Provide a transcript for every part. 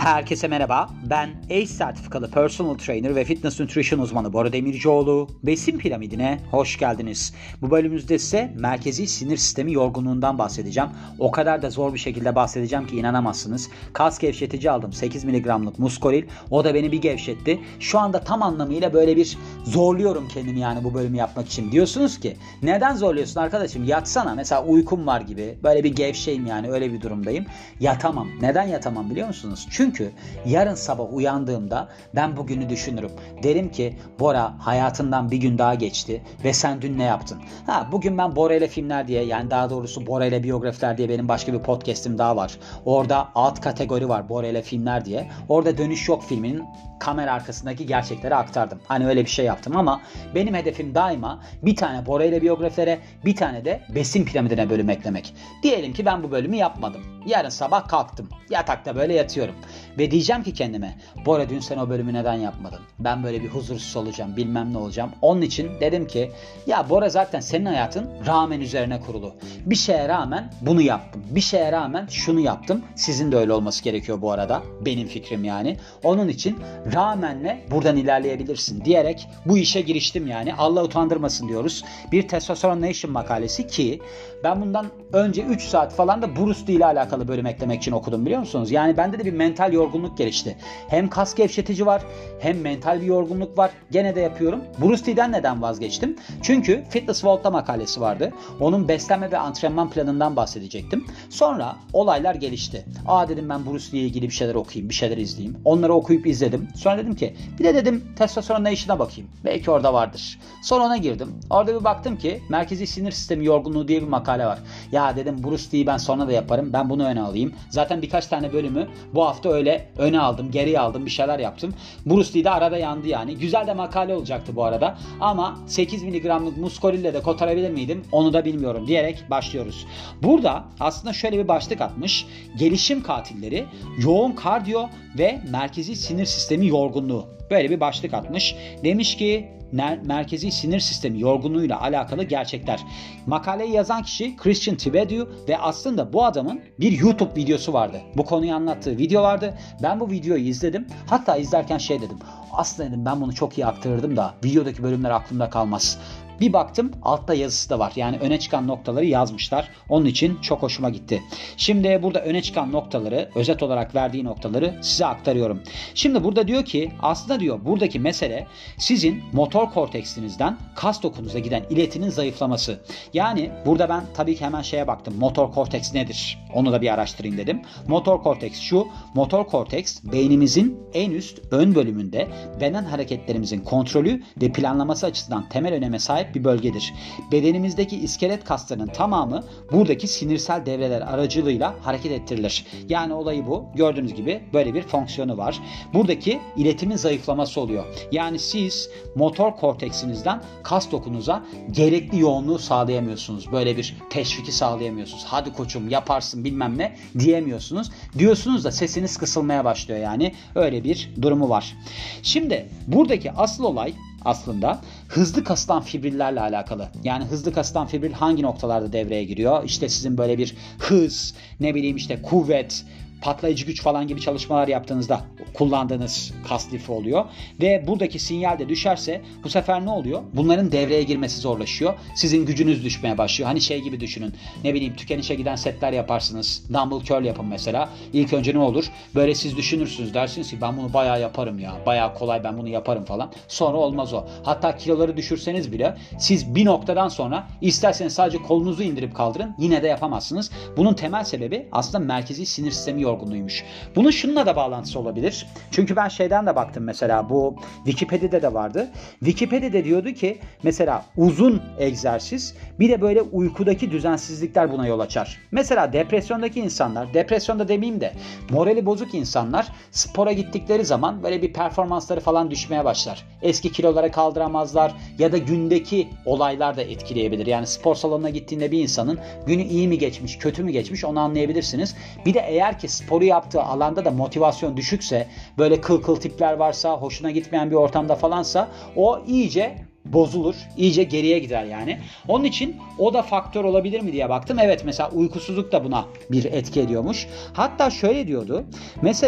Herkese merhaba. Ben ACE sertifikalı personal trainer ve fitness nutrition uzmanı Bora Demircioğlu. Besin piramidine hoş geldiniz. Bu bölümümüzde size merkezi sinir sistemi yorgunluğundan bahsedeceğim. O kadar da zor bir şekilde bahsedeceğim ki inanamazsınız. Kas gevşetici aldım. 8 mg'lık Muscoril. O da beni bir gevşetti. Şu anda tam anlamıyla böyle bir zorluyorum kendimi yani bu bölümü yapmak için. Diyorsunuz ki neden zorluyorsun arkadaşım? Yatsana. Mesela uykum var gibi. Böyle bir gevşeyim yani öyle bir durumdayım. Yatamam. Neden yatamam biliyor musunuz? Çünkü yarın sabah uyandığımda ben bugünü düşünürüm. Derim ki Bora hayatından bir gün daha geçti ve sen dün ne yaptın? Bugün ben Bora ile filmler diye, yani daha doğrusu Bora ile biyografiler diye benim başka bir podcast'im daha var. Orada alt kategori var Bora ile filmler diye. Orada Dönüş Yok filminin kamera arkasındaki gerçekleri aktardım. Hani öyle bir şey yaptım ama benim hedefim daima bir tane Bora ile biyografilere, bir tane de besin piramidine bölüm eklemek. Diyelim ki ben bu bölümü yapmadım. Yarın sabah kalktım. Yatakta böyle yatıyorum. Ve diyeceğim ki kendime, Bora dün sen o bölümü neden yapmadın? Ben böyle bir huzursuz olacağım, bilmem ne olacağım. Onun için dedim ki ya Bora zaten senin hayatın rağmen üzerine kurulu. Bir şeye rağmen bunu yaptım. Bir şeye rağmen şunu yaptım. Sizin de öyle olması gerekiyor bu arada. Benim fikrim yani. Onun için rağmenle buradan ilerleyebilirsin diyerek bu işe giriştim yani. Allah utandırmasın diyoruz. Bir Testosterone Nation makalesi ki ben bundan önce 3 saat falan da Bruce Lee ile alakalı bölüm eklemek için okudum biliyor musunuz? Yani bende de bir mental yorgunluk gelişti. Hem kas gevşetici var hem mental bir yorgunluk var. Gene de yapıyorum. Bruce Lee'den neden vazgeçtim? Çünkü Fitness Vault'ta makalesi vardı. Onun beslenme ve antrenman planından bahsedecektim. Sonra olaylar gelişti. Dedim ben Bruce Lee'ye ilgili bir şeyler okuyayım, bir şeyler izleyeyim. Onları okuyup izledim. Sonra dedim ki bir de dedim Testosterone Nation'a bakayım. Belki orada vardır. Sonra ona girdim. Orada bir baktım ki merkezi sinir sistemi yorgunluğu diye bir makale var. Ya dedim Bruce Lee'yi ben sonra da yaparım. Ben bunu öne alayım. Zaten birkaç tane bölümü bu hafta öyle öne aldım, geriye aldım, bir şeyler yaptım. Bruce Lee de arada yandı yani. Güzel de makale olacaktı bu arada. Ama 8 mg'lık Muscoril'le de kotarabilir miydim? Onu da bilmiyorum diyerek başlıyoruz. Burada aslında şöyle bir başlık atmış. Gelişim katilleri, yoğun kardiyo ve merkezi sinir sistemi yorgunluğu. Böyle bir başlık atmış. Demiş ki merkezi sinir sistemi yorgunluğuyla alakalı gerçekler. Makaleyi yazan kişi Christian Thibaudier ve aslında bu adamın bir YouTube videosu vardı. Bu konuyu anlattığı video vardı. Ben bu videoyu izledim. Hatta izlerken şey dedim. Aslında dedim ben bunu çok iyi aktarırdım da videodaki bölümler aklımda kalmaz. Bir baktım altta yazısı da var. Yani öne çıkan noktaları yazmışlar. Onun için çok hoşuma gitti. Şimdi burada öne çıkan noktaları, özet olarak verdiği noktaları size aktarıyorum. Şimdi burada diyor ki aslında diyor buradaki mesele sizin motor korteksinizden kas dokunuza giden iletinin zayıflaması. Yani burada ben tabii ki hemen şeye baktım. Motor korteks nedir? Onu da bir araştırayım dedim. Motor korteks şu. Motor korteks beynimizin en üst ön bölümünde beden hareketlerimizin kontrolü ve planlaması açısından temel öneme sahip bir bölgedir. Bedenimizdeki iskelet kaslarının tamamı buradaki sinirsel devreler aracılığıyla hareket ettirilir. Yani olayı bu. Gördüğünüz gibi böyle bir fonksiyonu var. Buradaki iletimin zayıflaması oluyor. Yani siz motor korteksinizden kas dokunuza gerekli yoğunluğu sağlayamıyorsunuz. Böyle bir teşviki sağlayamıyorsunuz. Hadi koçum yaparsın bilmem ne diyemiyorsunuz. Diyorsunuz da sesiniz kısılmaya başlıyor yani. Öyle bir durumu var. Şimdi buradaki asıl olay aslında hızlı kasılan fibrillerle alakalı. Yani hızlı kasılan fibril hangi noktalarda devreye giriyor? İşte sizin böyle bir hız, ne bileyim işte kuvvet, patlayıcı güç falan gibi çalışmalar yaptığınızda kullandığınız kas lifi oluyor. Ve buradaki sinyal de düşerse bu sefer ne oluyor? Bunların devreye girmesi zorlaşıyor. Sizin gücünüz düşmeye başlıyor. Hani şey gibi düşünün. Ne bileyim tükenişe giden setler yaparsınız. Dumbbell curl yapın mesela. İlk önce ne olur? Böyle siz düşünürsünüz. Dersiniz ki ben bunu bayağı yaparım ya. Bayağı kolay ben bunu yaparım falan. Sonra olmaz o. Hatta kiloları düşürseniz bile siz bir noktadan sonra isterseniz sadece kolunuzu indirip kaldırın. Yine de yapamazsınız. Bunun temel sebebi aslında merkezi sinir sistemi yorgunluğuymuş. Bunun şununla da bağlantısı olabilir. Çünkü ben şeyden de baktım mesela bu Wikipedia'da da vardı. Wikipedia'da diyordu ki mesela uzun egzersiz bir de böyle uykudaki düzensizlikler buna yol açar. Mesela depresyondaki insanlar, depresyonda demeyeyim de morali bozuk insanlar spora gittikleri zaman böyle bir performansları falan düşmeye başlar. Eski kilolara kaldıramazlar ya da gündeki olaylar da etkileyebilir. Yani spor salonuna gittiğinde bir insanın günü iyi mi geçmiş, kötü mü geçmiş onu anlayabilirsiniz. Bir de eğer ki sporu yaptığı alanda da motivasyon düşükse, böyle kıl kıl tipler varsa, hoşuna gitmeyen bir ortamda falansa o iyice bozulur. İyice geriye gider yani. Onun için o da faktör olabilir mi diye baktım. Evet, mesela uykusuzluk da buna bir etki ediyormuş. Hatta şöyle diyordu. Mesela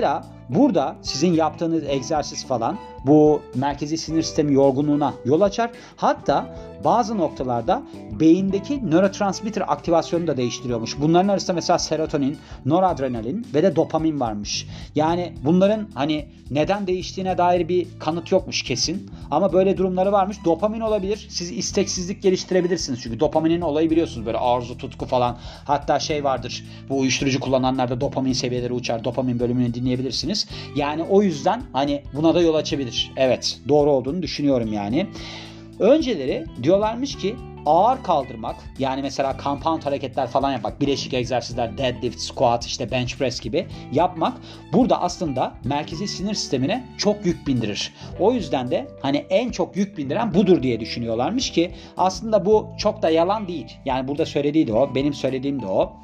burada sizin yaptığınız egzersiz falan bu merkezi sinir sistemi yorgunluğuna yol açar. Hatta bazı noktalarda beyindeki nörotransmitter aktivasyonu da değiştiriyormuş. Bunların arasında mesela serotonin, noradrenalin ve de dopamin varmış. Yani bunların hani neden değiştiğine dair bir kanıt yokmuş kesin. Ama böyle durumları varmış. Dopamin olabilir. Siz isteksizlik geliştirebilirsiniz. Çünkü dopaminin olayı biliyorsunuz, böyle arzu, tutku falan. Hatta şey vardır. Bu uyuşturucu kullananlarda dopamin seviyeleri uçar. Dopamin bölümünü dinleyebilirsiniz. Yani o yüzden hani buna da yol açabilir. Evet, doğru olduğunu düşünüyorum yani. Önceleri diyorlarmış ki ağır kaldırmak, yani mesela compound hareketler falan yapmak, bileşik egzersizler, deadlift, squat, işte bench press gibi yapmak burada aslında merkezi sinir sistemine çok yük bindirir. O yüzden de hani en çok yük bindiren budur diye düşünüyorlarmış ki aslında bu çok da yalan değil. Yani burada söylediği de o, benim söylediğim de o.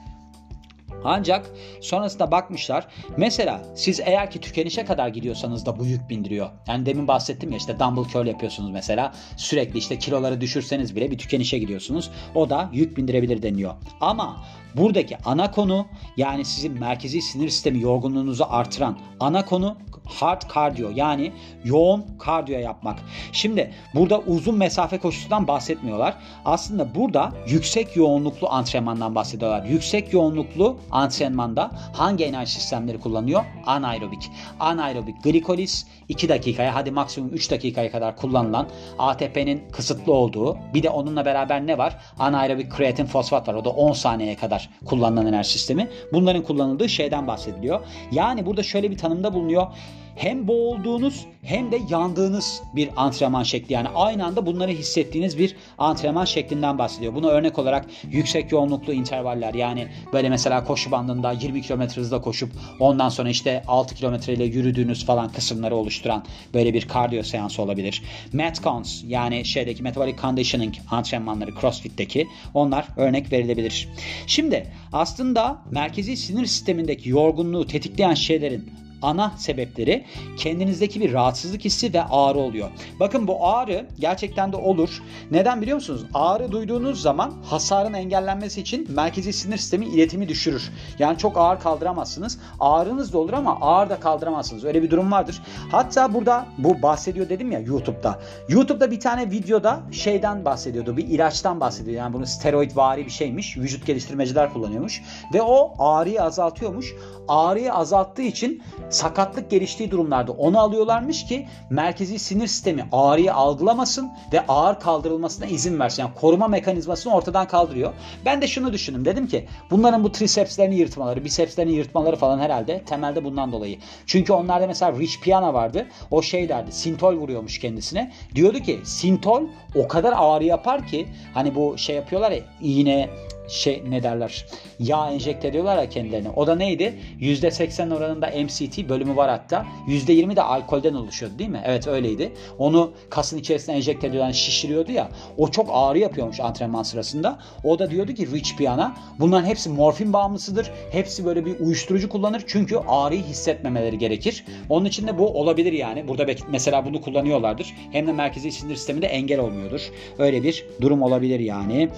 Ancak sonrasında bakmışlar. Mesela siz eğer ki tükenişe kadar gidiyorsanız da bu yük bindiriyor. Yani demin bahsettim ya, işte dumbbell curl yapıyorsunuz mesela. Sürekli işte kiloları düşürseniz bile bir tükenişe gidiyorsunuz. O da yük bindirebilir deniyor. Ama buradaki ana konu, yani sizin merkezi sinir sistemi yorgunluğunuzu artıran ana konu hard cardio, yani yoğun kardiyo yapmak. Şimdi burada uzun mesafe koşusundan bahsetmiyorlar. Aslında burada yüksek yoğunluklu antrenmandan bahsediyorlar. Yüksek yoğunluklu antrenmanda hangi enerji sistemleri kullanıyor? Anaerobik. Anaerobik glikoliz 2 dakikaya, hadi maksimum 3 dakikaya kadar kullanılan, ATP'nin kısıtlı olduğu, bir de onunla beraber ne var? Anaerobik kreatin fosfat var. O da 10 saniyeye kadar kullanılan enerji sistemi. Bunların kullanıldığı şeyden bahsediliyor. Yani burada şöyle bir tanımda bulunuyor. Hem boğulduğunuz hem de yandığınız bir antrenman şekli. Yani aynı anda bunları hissettiğiniz bir antrenman şeklinden bahsediyor. Buna örnek olarak yüksek yoğunluklu intervaller, yani böyle mesela koşu bandında 20 km hızla koşup ondan sonra işte 6 km ile yürüdüğünüz falan kısımları oluşturan böyle bir kardiyo seansı olabilir. Metcons, yani şeydeki metabolic conditioning antrenmanları, CrossFit'teki, onlar örnek verilebilir. Şimdi aslında merkezi sinir sistemindeki yorgunluğu tetikleyen şeylerin ana sebepleri kendinizdeki bir rahatsızlık hissi ve ağrı oluyor. Bakın bu ağrı gerçekten de olur. Neden biliyor musunuz? Ağrı duyduğunuz zaman hasarın engellenmesi için merkezi sinir sistemi iletimi düşürür. Yani çok ağır kaldıramazsınız. Ağrınız da olur ama ağır da kaldıramazsınız. Öyle bir durum vardır. Hatta burada bu bahsediyor dedim ya YouTube'da. YouTube'da bir tane videoda şeyden bahsediyordu. Bir ilaçtan bahsediyor. Yani bunu steroidvari bir şeymiş. Vücut geliştirmeciler kullanıyormuş. Ve o ağrıyı azaltıyormuş. Ağrıyı azalttığı için sakatlık geliştiği durumlarda onu alıyorlarmış ki merkezi sinir sistemi ağrıyı algılamasın ve ağır kaldırılmasına izin versin. Yani koruma mekanizmasını ortadan kaldırıyor. Ben de şunu düşündüm. Dedim ki bunların bu trisepslerini yırtmaları, bisepslerini yırtmaları falan herhalde temelde bundan dolayı. Çünkü onlarda mesela Rich Piana vardı. O şey derdi. Sintol vuruyormuş kendisine. Diyordu ki sintol o kadar ağrı yapar ki, hani bu şey yapıyorlar ya, iğne ne derler, yağ enjekte ediyorlar ya kendilerine. O da neydi? %80 oranında MCT bölümü var hatta. %20 de alkolden oluşuyordu değil mi? Evet öyleydi. Onu kasın içerisine enjekte ediyorlar, şişiriyordu ya. O çok ağrı yapıyormuş antrenman sırasında. O da diyordu ki Rich Piana, bunların hepsi morfin bağımlısıdır. Hepsi böyle bir uyuşturucu kullanır. Çünkü ağrıyı hissetmemeleri gerekir. Onun için de bu olabilir yani. Burada mesela bunu kullanıyorlardır. Hem de merkezi sinir sisteminde engel olmuyordur. Öyle bir durum olabilir yani.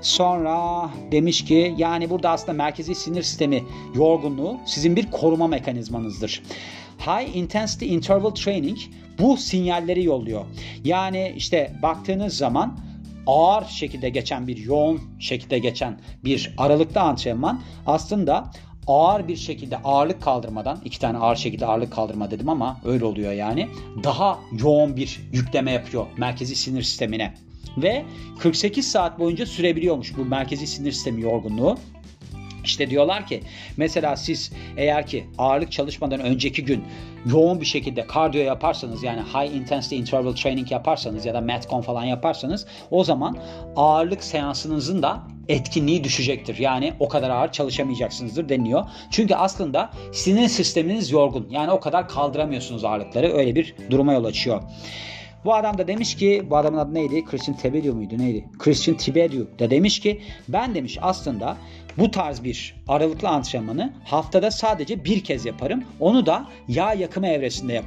Sonra demiş ki yani burada aslında merkezi sinir sistemi yorgunluğu sizin bir koruma mekanizmanızdır. High intensity interval training bu sinyalleri yolluyor. Yani işte baktığınız zaman ağır şekilde geçen bir, yoğun şekilde geçen bir aralıklı antrenman aslında ağır bir şekilde ağırlık kaldırmadan, 2 tane ağır şekilde ağırlık kaldırma dedim ama öyle oluyor yani, daha yoğun bir yükleme yapıyor merkezi sinir sistemine. Ve 48 saat boyunca sürebiliyormuş bu merkezi sinir sistemi yorgunluğu. İşte diyorlar ki mesela siz eğer ki ağırlık çalışmadan önceki gün yoğun bir şekilde kardiyo yaparsanız, yani high intensity interval training yaparsanız ya da metcon falan yaparsanız, o zaman ağırlık seansınızın da etkinliği düşecektir. Yani o kadar ağır çalışamayacaksınızdır deniliyor. Çünkü aslında sinir sisteminiz yorgun. Yani o kadar kaldıramıyorsunuz ağırlıkları. Öyle bir duruma yol açıyor. Bu adam da demiş ki, bu adamın adı neydi? Christian Tiberiu muydu? Neydi? Christian Tiberiu da demiş ki, ben demiş aslında bu tarz bir aralıklı antrenmanı haftada sadece bir kez yaparım. Onu da yağ yakımı evresinde yaparım.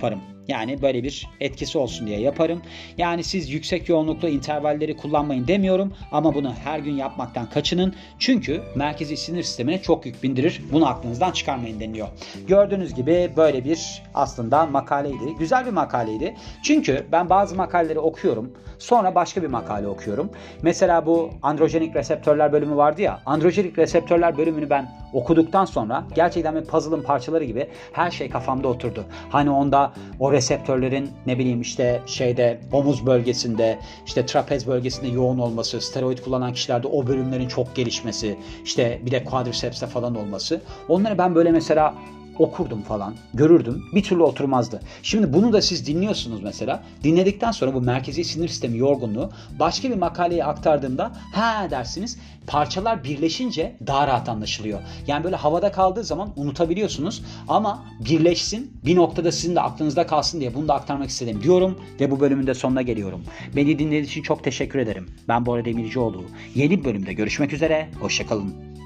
Yani böyle bir etkisi olsun diye yaparım. Yani siz yüksek yoğunluklu intervalleri kullanmayın demiyorum ama bunu her gün yapmaktan kaçının. Çünkü merkezi sinir sistemine çok yük bindirir. Bunu aklınızdan çıkarmayın deniliyor. Gördüğünüz gibi böyle bir aslında makaleydi. Güzel bir makaleydi. Çünkü ben bazı makaleleri okuyorum. Sonra başka bir makale okuyorum. Mesela bu androjenik reseptörler bölümü vardı ya. Androjenik reseptörler bölümünü ben okuduktan sonra gerçekten bir puzzle'ın parçaları gibi her şey kafamda oturdu. Hani onda o reseptörlerin ne bileyim işte omuz bölgesinde, işte trapez bölgesinde yoğun olması, steroid kullanan kişilerde o bölümlerin çok gelişmesi, işte bir de quadriceps'te falan olması. Onları ben böyle mesela okurdum falan, görürdüm. Bir türlü oturmazdı. Şimdi bunu da siz dinliyorsunuz mesela. Dinledikten sonra bu merkezi sinir sistemi yorgunluğu başka bir makaleye aktardığımda dersiniz. Parçalar birleşince daha rahat anlaşılıyor. Yani böyle havada kaldığı zaman unutabiliyorsunuz ama birleşsin, bir noktada sizin de aklınızda kalsın diye bunu da aktarmak istedim diyorum ve bu bölümün de sonuna geliyorum. Beni dinlediğiniz için çok teşekkür ederim. Ben Bora Demircioğlu. Yeni bir bölümde görüşmek üzere. Hoşça kalın.